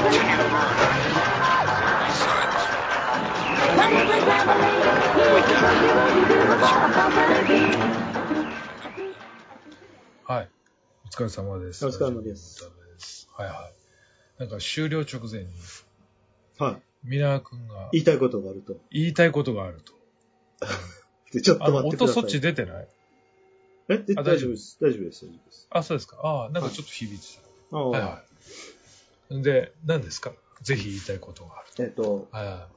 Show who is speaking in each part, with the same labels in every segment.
Speaker 1: はい。お疲れ様です。
Speaker 2: お疲れ様です。
Speaker 1: はいはい。なんか終了直前に、
Speaker 2: はい。
Speaker 1: 皆川くんが
Speaker 2: 言いたいことがあると。
Speaker 1: 言いたいことがあると。
Speaker 2: でちょっと待ってください。
Speaker 1: 音そっち出てない？
Speaker 2: 大丈夫です。大丈夫です。
Speaker 1: あ、そうですか。ああ、なんかちょっと響いてた。
Speaker 2: はい
Speaker 1: はい。で、何ですか？ぜひ言いたいことがある。
Speaker 2: はい。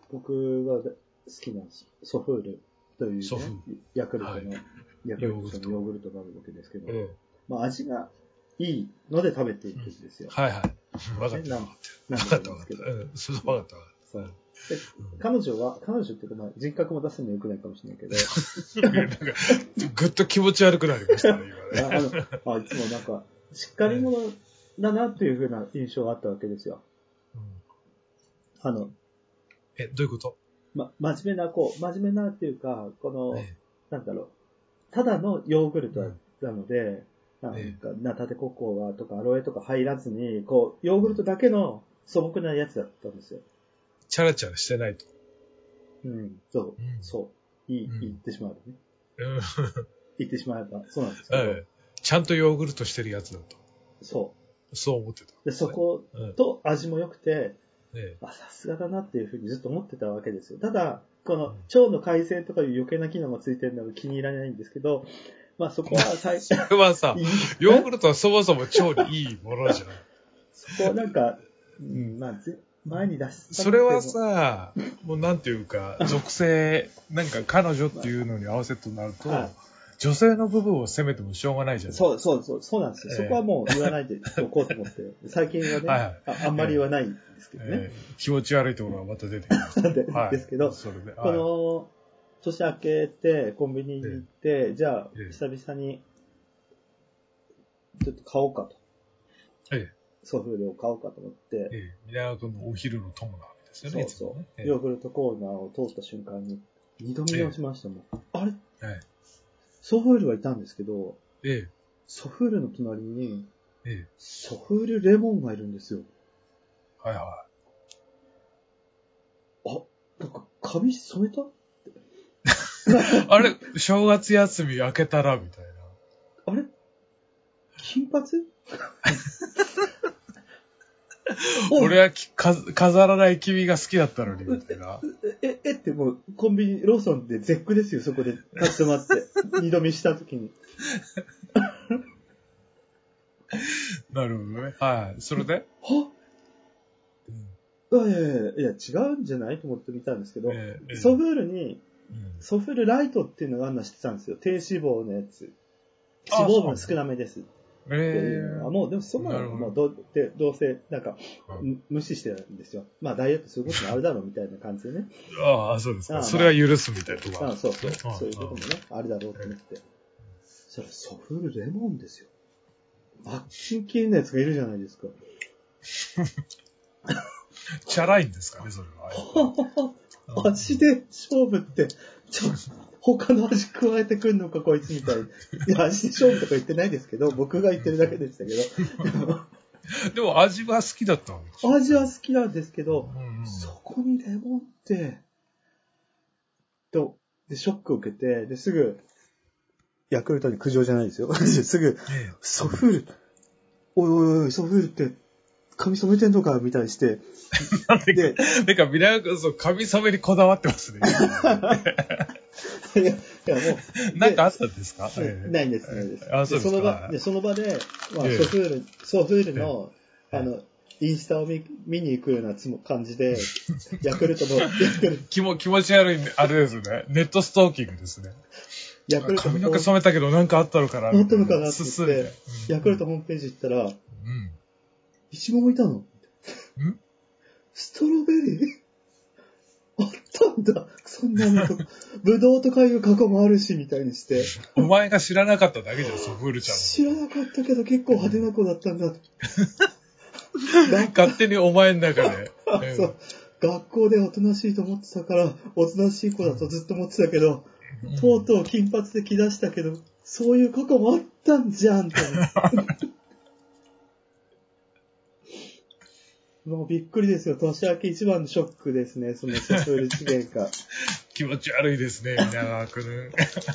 Speaker 2: 僕が好きなソフールという、ね、ヤクルトの、はい、ヤクルトのヨーグルトがあるわけですけど、まあ味がいいので食べていくんですよ。
Speaker 1: はいはい。分かった。分かった。分かった。分かった。
Speaker 2: そう。で彼女っていうか、まあ、人格も出すのよくないかもしれないけど。
Speaker 1: なんか、ぐっと気持ち悪くなりましたね、今ね。
Speaker 2: いつもなんか、しっかり者だなっていう風な印象があったわけですよ。どう
Speaker 1: いうこと？
Speaker 2: 真面目なっていうか、なんだろう、ただのヨーグルトなので、なんか、ナタデココアとかアロエとか入らずに、ヨーグルトだけの素朴なやつだったんですよ。
Speaker 1: チャラチャラしてないと。
Speaker 2: そう。言ってしまうね。言ってしまえば、そうなんですけど。
Speaker 1: ちゃんとヨーグルトしてるやつだと。そう思ってた。
Speaker 2: で、そこと味も良くて、さすがだなっていうふうにずっと思ってたわけですよ。ただ、この腸の改善とかいう余計な機能がついてるのが気に入らないんですけど、まあそこは
Speaker 1: それはさ、ヨーグルトはそもそも腸にいいものじゃん。
Speaker 2: そこはなんか、前に出した。
Speaker 1: それはさ、もうなんていうか、属性、なんか彼女っていうのに合わせとなると、女性の部分を責めてもしょうがないじゃない。
Speaker 2: そうなんですよ。そこはもう言わないでおこうと思って。最近はね、あんまり言わないんですけどね。
Speaker 1: 気持ち悪いところがまた出てきました。
Speaker 2: ですけど、この、年明けてコンビニに行って、じゃあ、久々に、ちょっと買おうかと。ソフールを買おうかと思って。
Speaker 1: 皆川君のお昼の友なわけですよね。
Speaker 2: そう。ヨーグルトコーナーを通った瞬間に、二度見をしましたもん。あれソフールはいたんですけど、ソフールの隣に、ソフールレモンがいるんですよ。
Speaker 1: はいはい。
Speaker 2: なんか髪染めた
Speaker 1: あれ、正月休み明けたらみたいな。
Speaker 2: あれ金髪
Speaker 1: 俺は飾らない君が好きだったのに、みたいな。
Speaker 2: ってもう、コンビニ、ローソンで絶句ですよ、そこで立ち止まって。二度見したときに。
Speaker 1: なるほどね。はい。それで
Speaker 2: いや、違うんじゃないと思って見たんですけど、ソフールに、ソフールライトっていうのがあるの知ってたんですよ。低脂肪のやつ。脂肪分少なめです。っていうのは、もう、でもそんなのもうどうせ、なんか、無視してるんですよ。まあ、ダイエットすることもあるだろうみたいな感じでね。
Speaker 1: そうですか。それは許すみたいなとこ
Speaker 2: そういうこともね、あるだろうと思って。それ、ソフールレモンですよ。マッキンキンのやつがいるじゃないですか。
Speaker 1: チャラいんですかね、それは。
Speaker 2: 味で勝負って、他の味加えてくんのか、こいつみたい。いや、味で勝負とか言ってないですけど、僕が言ってるだけでしたけど。
Speaker 1: でも味は好きだったんで
Speaker 2: すよ。味は好きなんですけど、そこにレモンって、で、ショックを受けて、で、すぐ、ヤクルトに苦情じゃないですよ。すぐ、ソフール、おい、ソフールって、髪染めてんのかみたいにして。
Speaker 1: で、なんか、皆川君、髪染めにこだわってますね。
Speaker 2: いや、も
Speaker 1: う。なんかあったんですか？
Speaker 2: ないんです。
Speaker 1: そうですか。
Speaker 2: その場で、まあ、ソフールの、インスタを見に行くような感じで、ヤクルトの、
Speaker 1: 気持ち悪い、あれですね。ネットストーキングですね。
Speaker 2: ヤクルト
Speaker 1: 髪の毛染めたけどなんかあったのかなって
Speaker 2: 思って、ヤクルトホームページ行ったら、イチゴもいたの？ストロベリーあったんだ。そんなに。ブドウとかいう過去もあるし、みたいにして。
Speaker 1: お前が知らなかっただけじゃん、ソフールちゃん。
Speaker 2: 知らなかったけど結構派手な子だったんだ。
Speaker 1: 勝手にお前の中で。
Speaker 2: そう。学校でおとなしいと思ってたから、おとなしい子だとずっと思ってたけど、とうとう金髪で着出したけど、そういう過去もあったんじゃんって。 もうびっくりですよ。年明け一番のショックですね。そのソフール事件が。
Speaker 1: 気持ち悪いですね、皆川くん。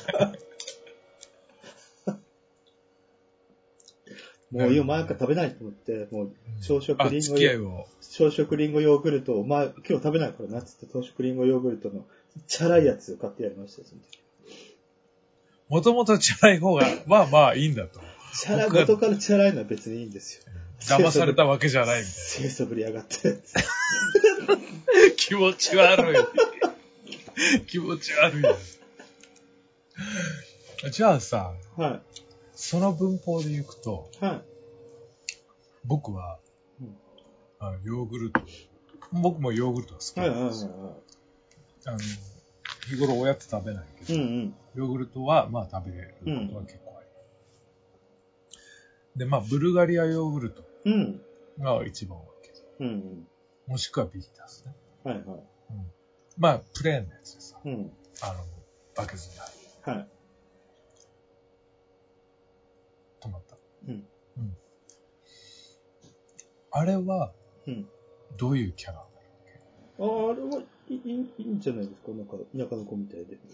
Speaker 2: もう今前から食べないと思って、もう朝食リンゴヨーグルトを、今日食べないからなっつって朝食リンゴヨーグルトのチャラいやつを買ってやりましたよ、その時。
Speaker 1: もともとチャラい方が、まあまあいいんだと。
Speaker 2: 元からチャラいのは別にいいんですよ。
Speaker 1: 騙されたわけじゃないみたいな。
Speaker 2: 清楚ぶりやがって。
Speaker 1: 気持ち悪い。気持ち悪いです。じゃあさ、
Speaker 2: はい。
Speaker 1: その文法でいくと、
Speaker 2: はい。
Speaker 1: 僕は、ヨーグルト、僕もヨーグルトが好きなんですよ。日頃おやつ食べないけど、ヨーグルトはまあ食べることは結構あります。で、まあブルガリアヨーグルトが一番多いけど、もしくはビータスね。
Speaker 2: はいはい。
Speaker 1: まあプレーンのやつでさ、バケツに入る。はい。止まった。あれは、どういうキャラなんだろ
Speaker 2: うっけ？あれはいいんじゃないですか？なんか、田舎の子みたいで。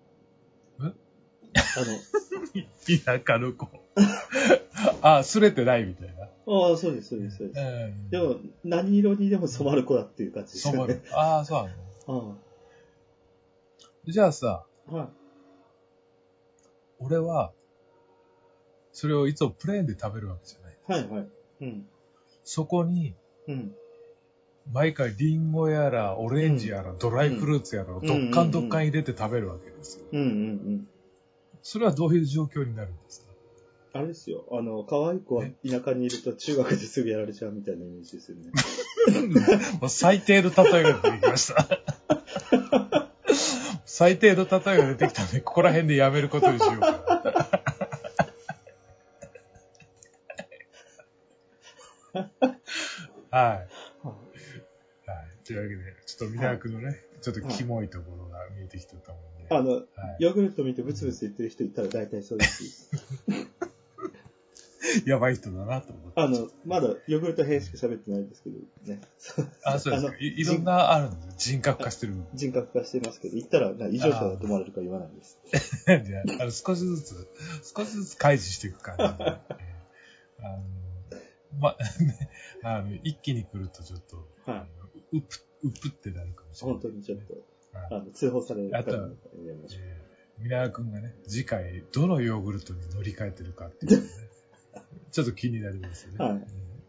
Speaker 1: 田舎の子。すれてないみたいな。
Speaker 2: ああ、そうです。でも、何色にでも染まる子だっていう感じですね。染まる。
Speaker 1: そうなの。じゃあさ、俺は、それをいつもプレーンで食べるわけじゃない。はいはい。そこに、毎回リンゴやら、オレンジやら、ドライフルーツやらをどっかん入れて食べるわけですよ。それはどういう状況になるんですか？
Speaker 2: あれですよ。可愛い子は田舎にいると中学ですぐやられちゃうみたいなイメージですよね。
Speaker 1: もう最低の例えが出てきました。最低の例えが出てきたので、ここら辺でやめることにしようかな。はい。というわけで、ちょっとミラークのね、ちょっとキモいところが見えてきたと思うんで。
Speaker 2: ヨーグルト見てブツブツ言ってる人いたら大体そうです。
Speaker 1: やばい人だなと思って。
Speaker 2: まだヨーグルト編しか喋ってないですけどね。
Speaker 1: そうですか。いろんなあるんです。人格化してる。
Speaker 2: 人格化してますけど、言ったら異常者だと思われるか言わないです。
Speaker 1: じゃあ、少しずつ開示していく感じで。一気に来るとちょっと、うぷってなるかもしれない。
Speaker 2: 本当にちょっと、通報されるから。
Speaker 1: あとは、ミラー君がね、次回どのヨーグルトに乗り換えてるかっていうのね、ちょっと気になりますよね。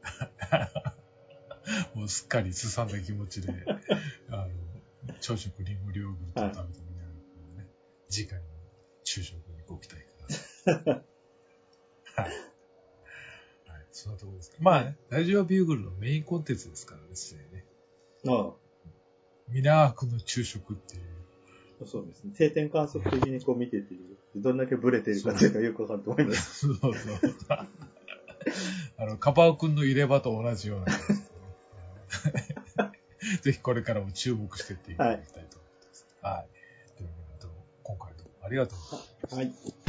Speaker 1: もうすっかりすさんだ気持ちで、朝食リンゴヨーグルトを食べたミラー君のね、次回の昼食にご期待ください。はい。そんなところですか。まあね、ラジオビューグルのメインコンテンツですからですね。ミラークの昼食っていう。
Speaker 2: そうですね。定点観測的にこう見てて、どんだけブレてるかっていうのがよくわかると思います。
Speaker 1: そう。カバオくんの入れ歯と同じような感じですね。ぜひこれからも注目していっていただきたいと思います。はい。というわけで、今回どうもありがとうございました。はい。